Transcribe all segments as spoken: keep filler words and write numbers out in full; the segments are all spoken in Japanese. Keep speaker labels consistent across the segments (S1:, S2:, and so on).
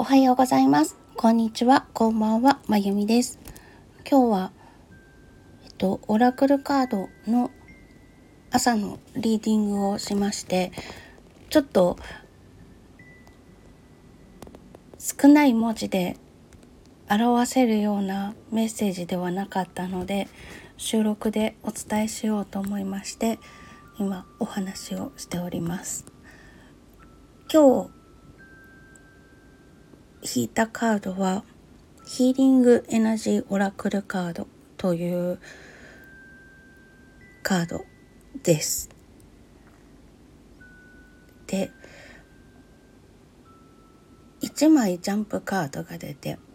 S1: はようございます。こんにちは。こんばんは。まゆみです。今日は、えっと、オラクルカードの朝のリーディングをしまして、ちょっと少ない文字で表せるようなメッセージではなかったので、収録でお伝えしようと思いまして、今お話をしております。今日引いたカードはヒーリングエナジーオラクルカードというカードです。で、いちまいジャンプカードが出て、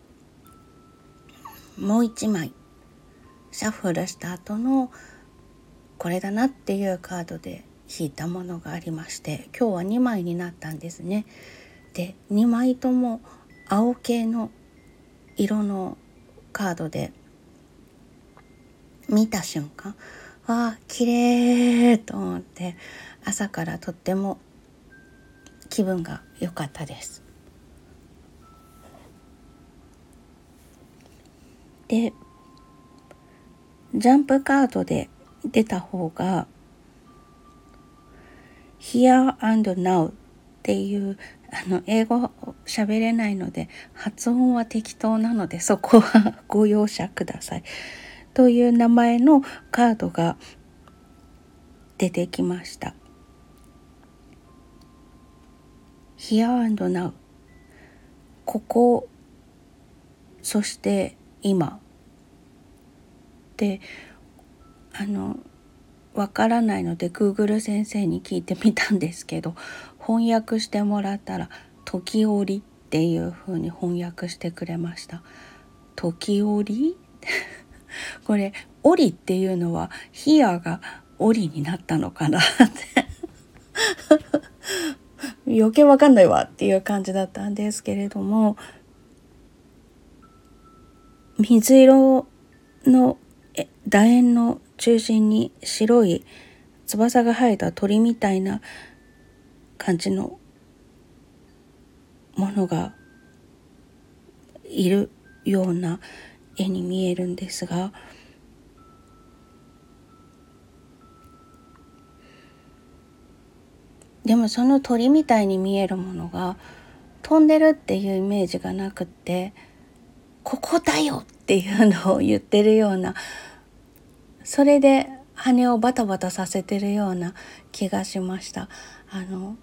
S1: もういちまいシャッフルした後のこれだなっていうカードで引いたものがありまして、今日はにまいになったんですね。で、にまいとも青系の色のカードで、見た瞬間、わあ綺麗と思って、朝からとっても気分が良かったです。で、ジャンプカードで出た方が Here and Now っていう、あの英語喋れないので発音は適当なので、そこはご容赦くださいという名前のカードが出てきました。 Here and Now、 ここ、そして今で、あのわからないので Google 先生に聞いてみたんですけど、翻訳してもらったら時折っていう風に翻訳してくれました。時折これ折っていうのはヒアが折になったのかなって余計わかんないわっていう感じだったんですけれども、水色の楕円の中心に白い翼が生えた鳥みたいな感じのものがいるような絵に見えるんですが、でもその鳥みたいに見えるものが飛んでるっていうイメージがなくって、ここだよっていうのを言ってるような、それで羽をバタバタさせてるような気がしました。あの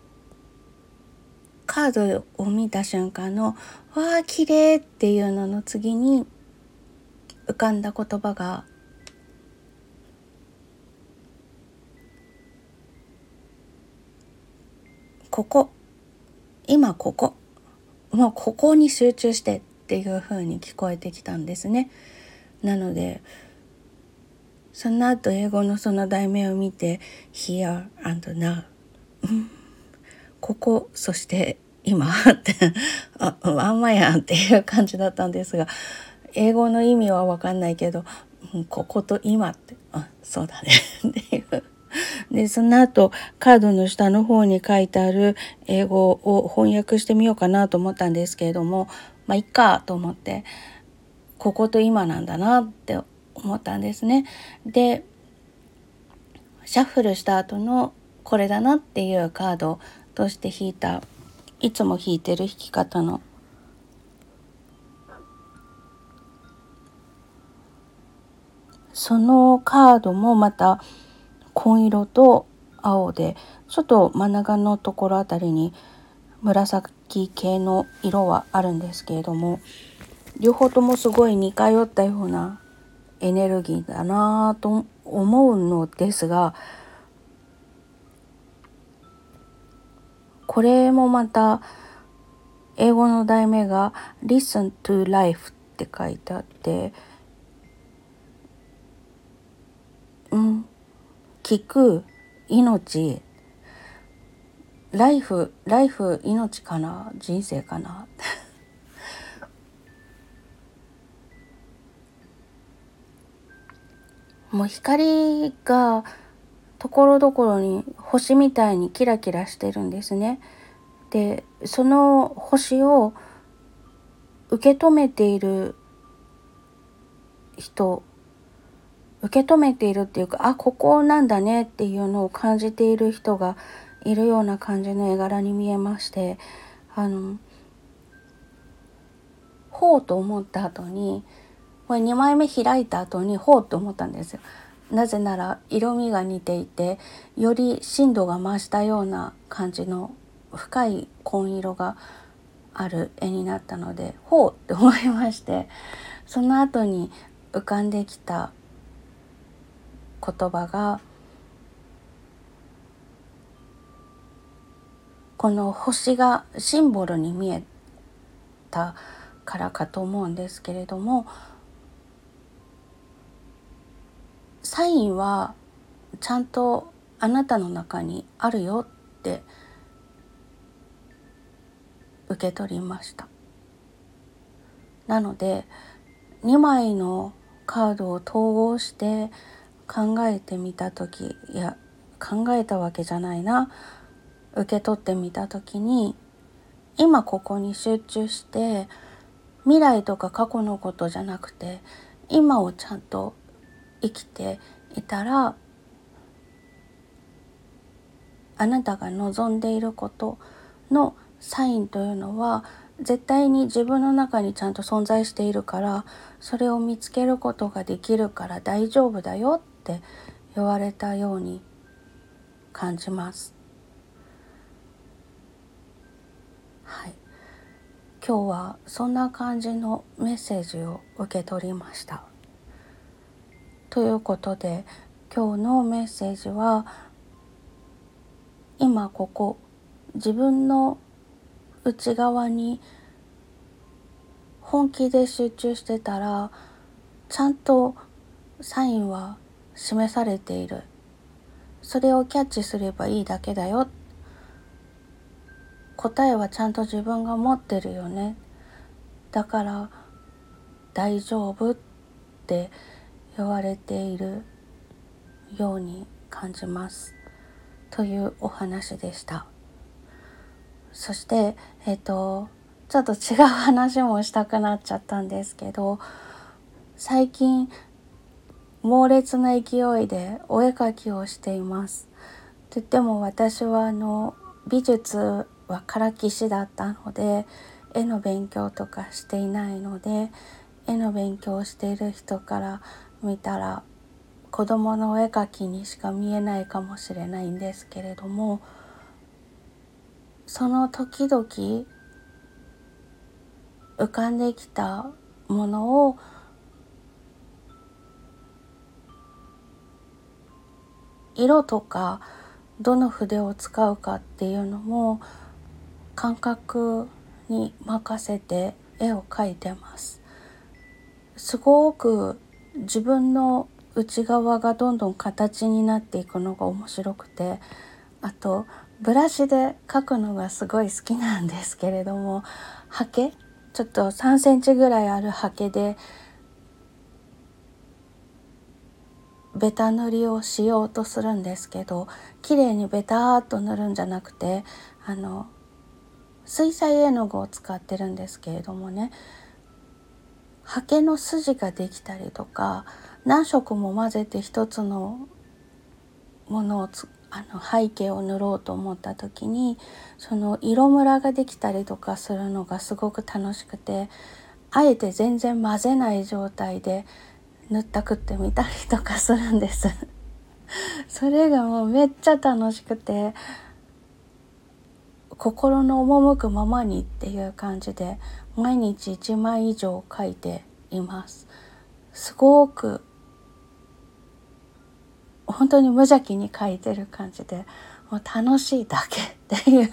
S1: カードを見た瞬間のわあ綺麗っていうのの次に浮かんだ言葉が、ここ、今ここ、もうここに集中してっていう風に聞こえてきたんですね。なのでその後英語のその題名を見て Here and Now、 ここ、そして今ってあ、まんまやんっていう感じだったんですが、英語の意味は分かんないけど、うん、ここと今って、あ、そうだねっていう。で、その後カードの下の方に書いてある英語を翻訳してみようかなと思ったんですけれども、まあいっかと思って、ここと今なんだなって思ったんですね。で、シャッフルした後のこれだなっていうカードとして引いた、いつも引いてる引き方のそのカードもまた紺色と青で、ちょっと真ん中のところあたりに紫系の色はあるんですけれども、両方ともすごい似通ったようなエネルギーだなと思うのですが、これもまた英語の題名が Listen to Life って書いてあって、うん、聞く、命、ライフ、ライフ、命かな、人生かなもう光がところどころに星みたいにキラキラしてるんですね。 でその星を受け止めている人、受け止めているっていうか、あ、ここなんだねっていうのを感じている人がいるような感じの絵柄に見えまして、あのほうと思った後に、これにまいめ開いた後にほうと思ったんですよ。なぜなら色味が似ていて、より深度が増したような感じの深い紺色がある絵になったので、ほうって思いまして、その後に浮かんできた言葉が、この星がシンボルに見えたからかと思うんですけれども、サインはちゃんとあなたの中にあるよって受け取りました。なのでにまいのカードを統合して考えてみたとき、いや考えたわけじゃないな、受け取ってみたときに、今ここに集中して未来とか過去のことじゃなくて今をちゃんと生きていたら、あなたが望んでいることのサインというのは絶対に自分の中にちゃんと存在しているから、それを見つけることができるから大丈夫だよって言われたように感じます。はい、今日はそんな感じのメッセージを受け取りました。ということで今日のメッセージは、今ここ自分の内側に本気で集中してたらちゃんとサインは示されている。それをキャッチすればいいだけだよ。答えはちゃんと自分が持ってるよね。だから大丈夫って言われているように感じます。というお話でした。そして、えっと、ちょっと違う話もしたくなっちゃったんですけど、最近猛烈な勢いでお絵描きをしています。といっても私はあの美術はからきしだったので絵の勉強とかしていないので、絵の勉強をしている人から見たら子供のお絵描きにしか見えないかもしれないんですけれども、その時々浮かんできたものを色とかどの筆を使うかっていうのも感覚に任せて絵を描いてます。すごく自分の内側がどんどん形になっていくのが面白くて、あとブラシで描くのがすごい好きなんですけれども、ハケ、ちょっとさんセンチぐらいあるハケでベタ塗りをしようとするんですけど、綺麗にベターっと塗るんじゃなくて、あの水彩絵の具を使ってるんですけれどもね、刷毛の筋ができたりとか、何色も混ぜて一つのものをつあの背景を塗ろうと思った時に、その色ムラができたりとかするのがすごく楽しくて、あえて全然混ぜない状態で塗ったくってみたりとかするんですそれがもうめっちゃ楽しくて、心の赴くままにっていう感じで毎日いちまい以上描いています。すごく本当に無邪気に描いてる感じで、もう楽しいだけっていう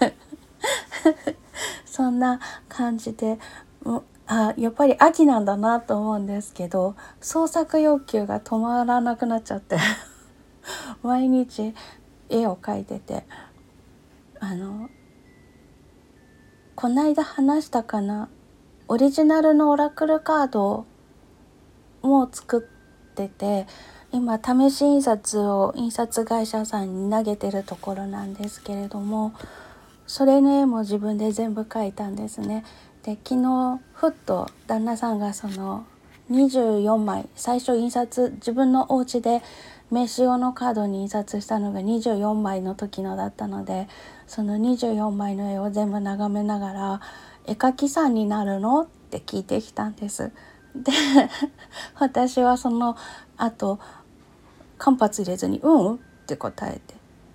S1: そんな感じで、あ、やっぱり秋なんだなと思うんですけど、創作欲求が止まらなくなっちゃって毎日絵を描いてて、あのこないだ話したかな、オリジナルのオラクルカードも作ってて、今試し印刷を印刷会社さんに投げてるところなんですけれども、 それの絵も自分で全部描いたんですね。で昨日ふっと旦那さんがそのにじゅうよんまい最初印刷自分のお家で名刺用のカードに印刷したのがにじゅうよんまいの時のだったので、そのにじゅうよんまいの絵を全部眺めながら絵描きさんになるのって聞いてきたんです。で私はその後間髪入れずにうんって答え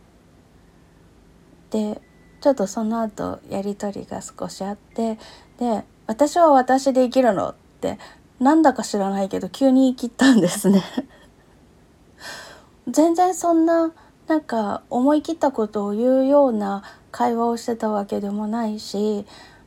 S1: て、でちょっとその後やり取りが少しあって、で私は私で生きるのってなんだか知らないけど急に言い切ったんですね全然そんななんか思い切ったことを言うような会話をしてたわけでもないし、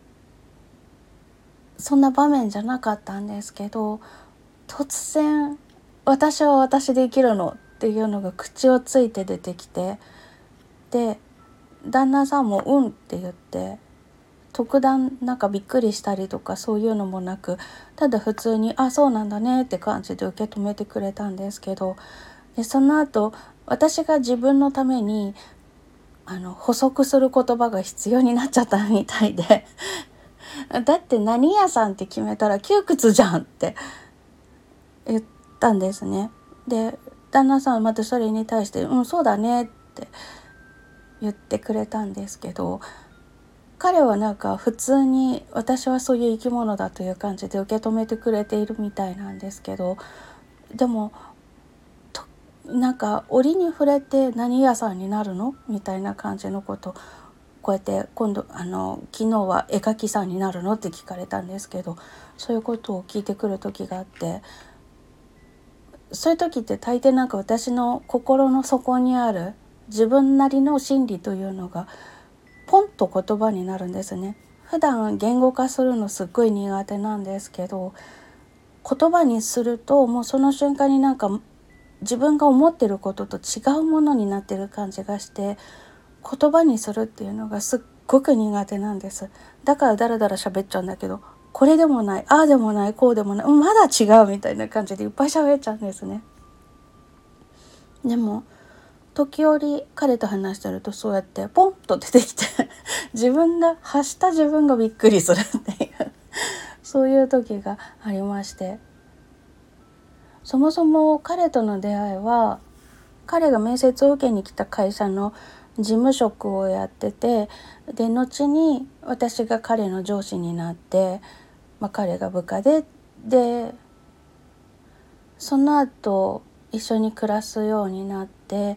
S1: そんな場面じゃなかったんですけど、突然私は私で生きるのっていうのが口をついて出てきて、で旦那さんもうんって言って特段なんかびっくりしたりとかそういうのもなく、ただ普通にあそうなんだねって感じで受け止めてくれたんですけど、でその後私が自分のためにあの補足する言葉が必要になっちゃったみたいでだって何屋さんって決めたら窮屈じゃんって言ったんですね。で旦那さんはまたそれに対してうんそうだねって言ってくれたんですけど、彼はなんか普通に私はそういう生き物だという感じで受け止めてくれているみたいなんですけど、でもなんか折に触れて何屋さんになるのみたいな感じのことこうやって今度あの昨日は絵描きさんになるのって聞かれたんですけど、そういうことを聞いてくる時があって、そういう時って大抵なんか私の心の底にある自分なりの心理というのがポンと言葉になるんですね。普段言語化するのすっごい苦手なんですけど、言葉にするともうその瞬間になんか自分が思ってることと違うものになってる感じがして、言葉にするっていうのがすっごく苦手なんです。だからだらだら喋っちゃうんだけど、これでもないああでもないこうでもない、うん、まだ違うみたいな感じでいっぱい喋っちゃうんですね。でも時折彼と話してるとそうやってポンと出てきて自分が発した自分がびっくりするっていうそういう時がありまして、そもそも彼との出会いは彼が面接を受けに来た会社の事務職をやってて、で後に私が彼の上司になって、まあ、彼が部下ででその後一緒に暮らすようになって、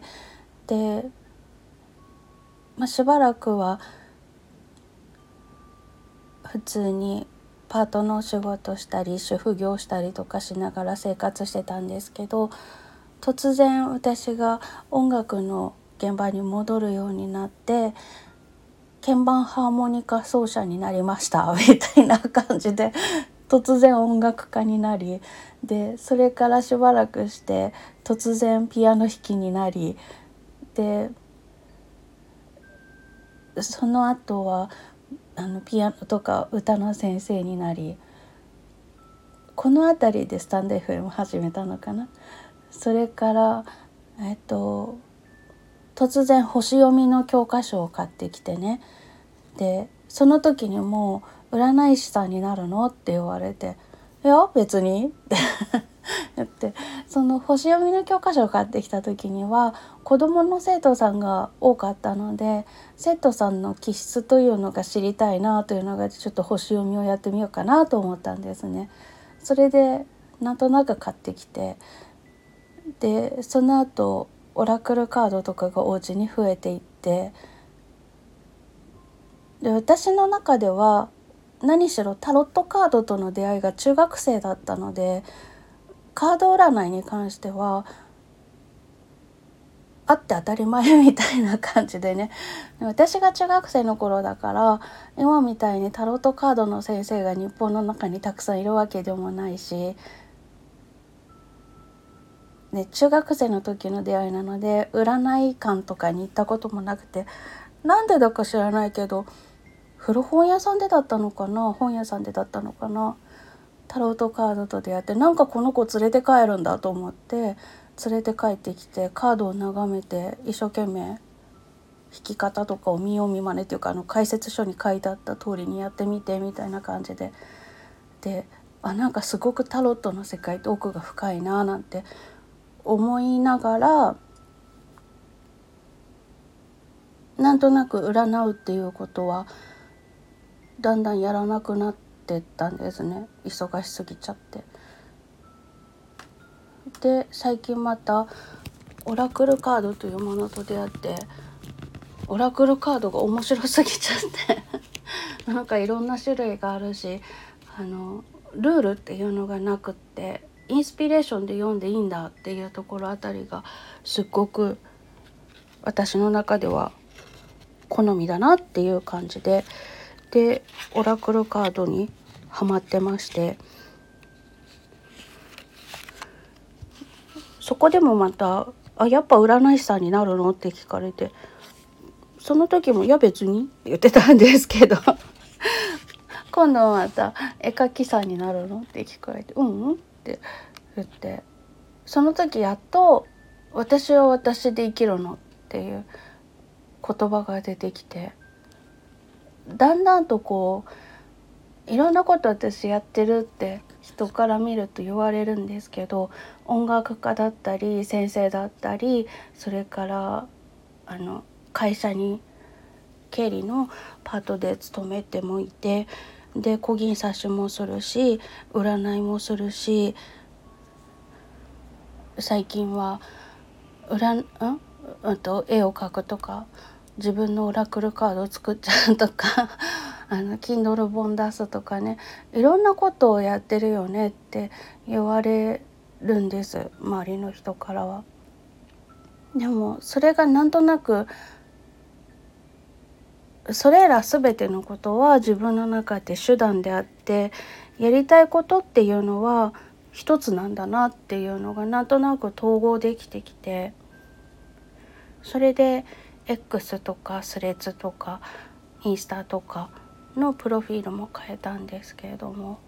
S1: で、まあ、しばらくは普通にパートの仕事したり主婦業したりとかしながら生活してたんですけど、突然私が音楽の現場に戻るようになって鍵盤ハーモニカ奏者になりましたみたいな感じで突然音楽家になり、でそれからしばらくして突然ピアノ弾きになり、でその後はあのピアノとか歌の先生になり、この辺りでスタンド エフエム 始めたのかな。それからえっと突然星読みの教科書を買ってきてね、でその時にもう占い師さんになるのって言われて、いや別にって言ってその星読みの教科書を買ってきた時には子どもの生徒さんが多かったので、生徒さんの気質というのが知りたいなというのがちょっと星読みをやってみようかなと思ったんですね。それでなんとなく買ってきて、でその後オラクルカードとかがお家に増えていって、で私の中では何しろタロットカードとの出会いが中学生だったので、カード占いに関してはあって当たり前みたいな感じでね、私が中学生の頃だから今みたいにタロットカードの先生が日本の中にたくさんいるわけでもないし、ね、中学生の時の出会いなので占い館とかに行ったこともなくて、なんでだか知らないけど古本屋さんでだったのかな本屋さんでだったのかな、タロットカードと出会って、なんかこの子連れて帰るんだと思って連れて帰ってきてカードを眺めて一生懸命弾き方とかを見よう見まねというか、あの解説書に書いてあった通りにやってみてみたいな感じで、であなんかすごくタロットの世界って奥が深いななんて思いながら、なんとなく占うっていうことはだんだんやらなくなってったんですね、忙しすぎちゃって。で最近またオラクルカードというものと出会って、オラクルカードが面白すぎちゃってなんかいろんな種類があるし、あのルールっていうのがなくって、インスピレーションで読んでいいんだっていうところあたりがすっごく私の中では好みだなっていう感じで、でオラクルカードにハマってまして、そこでもまた「あやっぱ占い師さんになるの?」って聞かれて、その時も「いや別に」って言ってたんですけど今度また「絵描きさんになるの?」って聞かれて「うんうん」って言って、その時やっと「私は私で生きるの」っていう言葉が出てきて、だんだんとこういろんなこと私やってるって人から見ると言われるんですけど、音楽家だったり先生だったり、それからあの会社に経理のパートで勤めてもいて、で小銀刺しもするし占いもするし、最近は占んうんと絵を描くとか、自分のオラクルカードを作っちゃうとかあの Kindle 本出すとかね、いろんなことをやってるよねって言われるんです、周りの人からは。でもそれがなんとなく、それら全てのことは自分の中で手段であって、やりたいことっていうのは一つなんだなっていうのがなんとなく統合できてきて、それで X とかスレッズとかインスタとかのプロフィールも変えたんですけれども、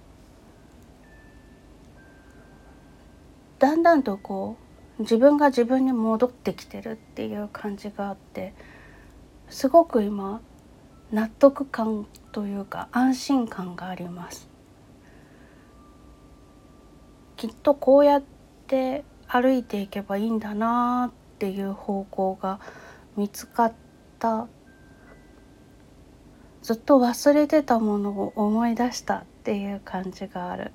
S1: だんだんとこう自分が自分に戻ってきてるっていう感じがあって、すごく今納得感というか安心感があります。きっとこうやって歩いていけばいいんだなっていう方向が見つかった、ずっと忘れてたものを思い出したっていう感じがある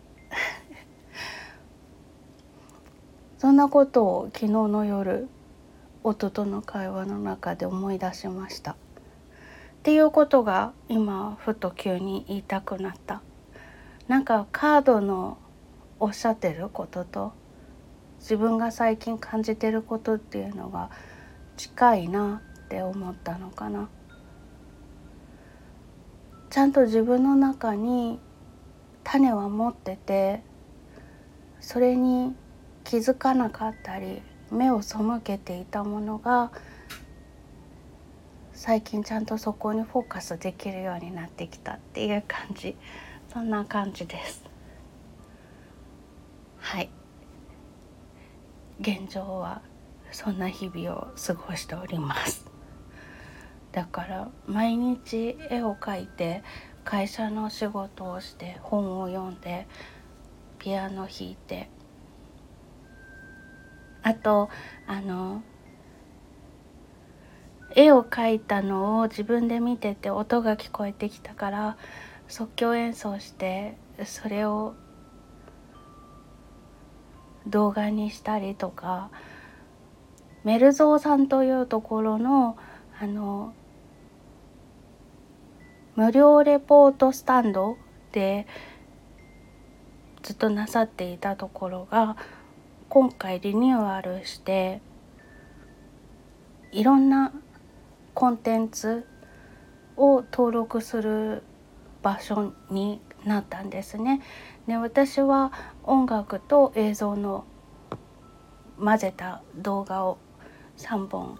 S1: そんなことを昨日の夜夫との会話の中で思い出しましたっていうことが今ふと急に言いたくなった。なんかカードのおっしゃってることと自分が最近感じてることっていうのが近いなって思ったのかな。ちゃんと自分の中に種は持ってて、それに気づかなかったり目を背けていたものが最近ちゃんとそこにフォーカスできるようになってきたっていう感じ、そんな感じです。はい、現状はそんな日々を過ごしております。だから毎日絵を描いて、会社の仕事をして、本を読んで、ピアノ弾いて、あとあの絵を描いたのを自分で見てて音が聞こえてきたから即興演奏して、それを動画にしたりとか、メルゾーさんというところのあの無料レポートスタンドでずっとなさっていたところが今回リニューアルして、いろんなコンテンツを登録する場所になったんですね。で、私は音楽と映像の混ぜた動画をさんぼん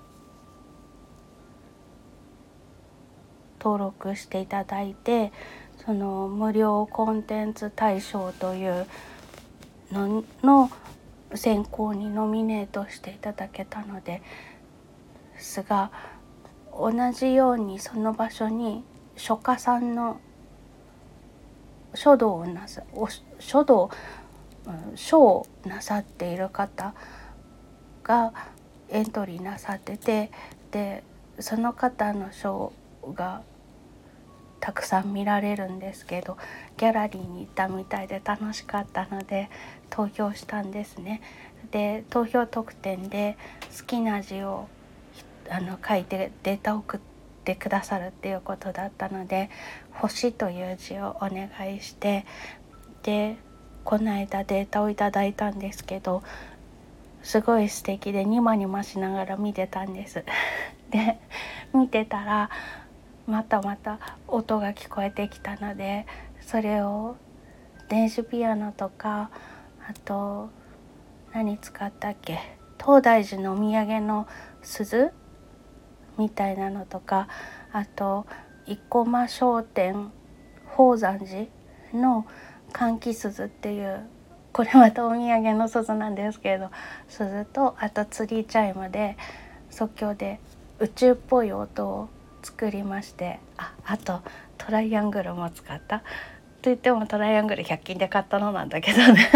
S1: 登録していただいて、その無料コンテンツ大賞というのの選考にノミネートしていただけたのですが、 同じようにその場所に書家さんの書道をなさ書道書をなさっている方がエントリーなさってて、でその方の書がたくさん見られるんですけど、ギャラリーに行ったみたいで楽しかったので投票したんですね。で投票特典で好きな字をあの書いてデータを送ってくださるっていうことだったので、星という字をお願いして、でこの間データをいただいたんですけど、すごい素敵でニマニマしながら見てたんですで見てたらまたまた音が聞こえてきたので、それを電子ピアノとか、あと何使ったっけ、東大寺のお土産の鈴みたいなのとか、あと生駒商店宝山寺の柑橘鈴っていう、これまたお土産の鈴なんですけれど、鈴とあとツリーチャイムで即興で宇宙っぽい音を作りまして、ああとトライアングルも使った。といってもトライアングルひゃく均で買ったのなんだけどね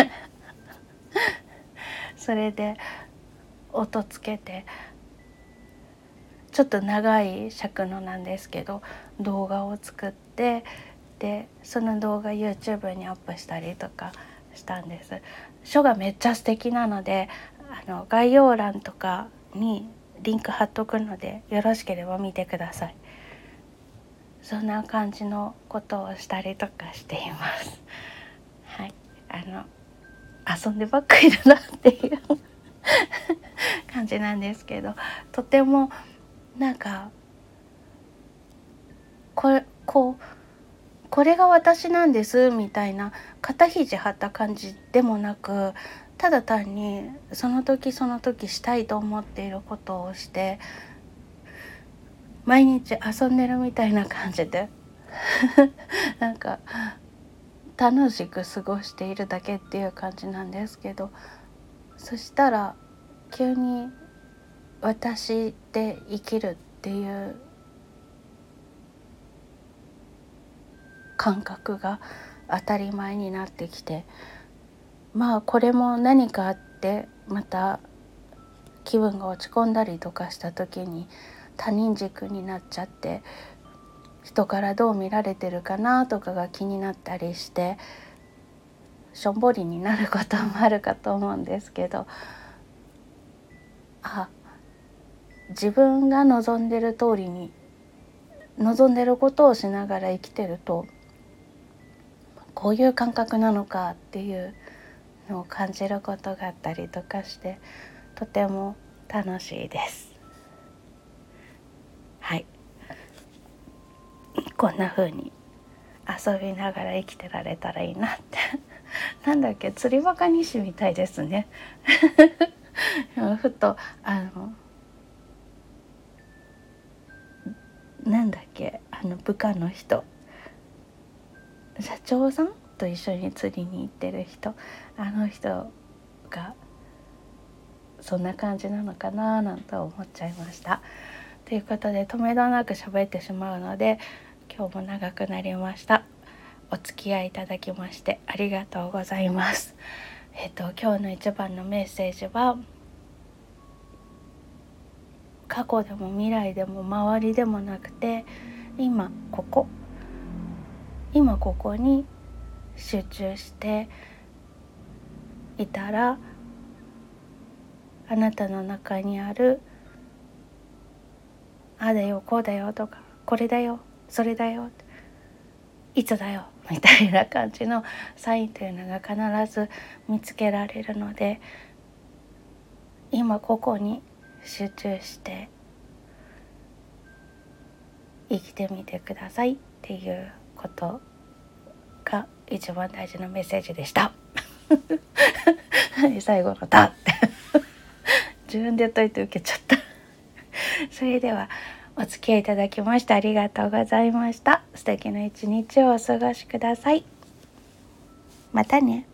S1: それで音つけて、ちょっと長い尺のなんですけど動画を作って、でその動画 YouTube にアップしたりとかしたんです。書がめっちゃ素敵なので、あの概要欄とかにリンク貼っとくので、よろしければ見てください。そんな感じのことをしたりとかしていますはい、あの遊んでばっかりだなっていう感じなんですけど、とてもなんかこれこうこれが私なんですみたいな肩肘張った感じでもなく、ただ単にその時その時したいと思っていることをして毎日遊んでるみたいな感じでなんか楽しく過ごしているだけっていう感じなんですけど、そしたら急に私で生きるっていう感覚が当たり前になってきて、まあこれも何かあってまた気分が落ち込んだりとかした時に他人軸になっちゃって、人からどう見られてるかなとかが気になったりしてしょんぼりになることもあるかと思うんですけど、あ自分が望んでる通りに望んでることをしながら生きてるとこういう感覚なのかっていうのを感じることがあったりとかして、とても楽しいです。はい、こんな風に遊びながら生きてられたらいいなってなんだっけ、釣りバカ日誌みたいですねふとあのなんだっけ、あの部下の人、社長さんと一緒に釣りに行ってる人、あの人がそんな感じなのかななんて思っちゃいました。ということで止めどなく喋ってしまうので今日も長くなりました。お付き合いいただきましてありがとうございます。えっと今日の一番のメッセージは、過去でも未来でも周りでもなくて今ここ今ここに集中していたら、あなたの中にあるあだよこうだよとかこれだよそれだよいつだよみたいな感じのサインというのが必ず見つけられるので、今ここに集中して生きてみてくださいっていうことが一番大事なメッセージでした最後の「だ」って自分で言っといて受けちゃったそれではお付き合いいただきましてありがとうございました。素敵な一日をお過ごしください。またね。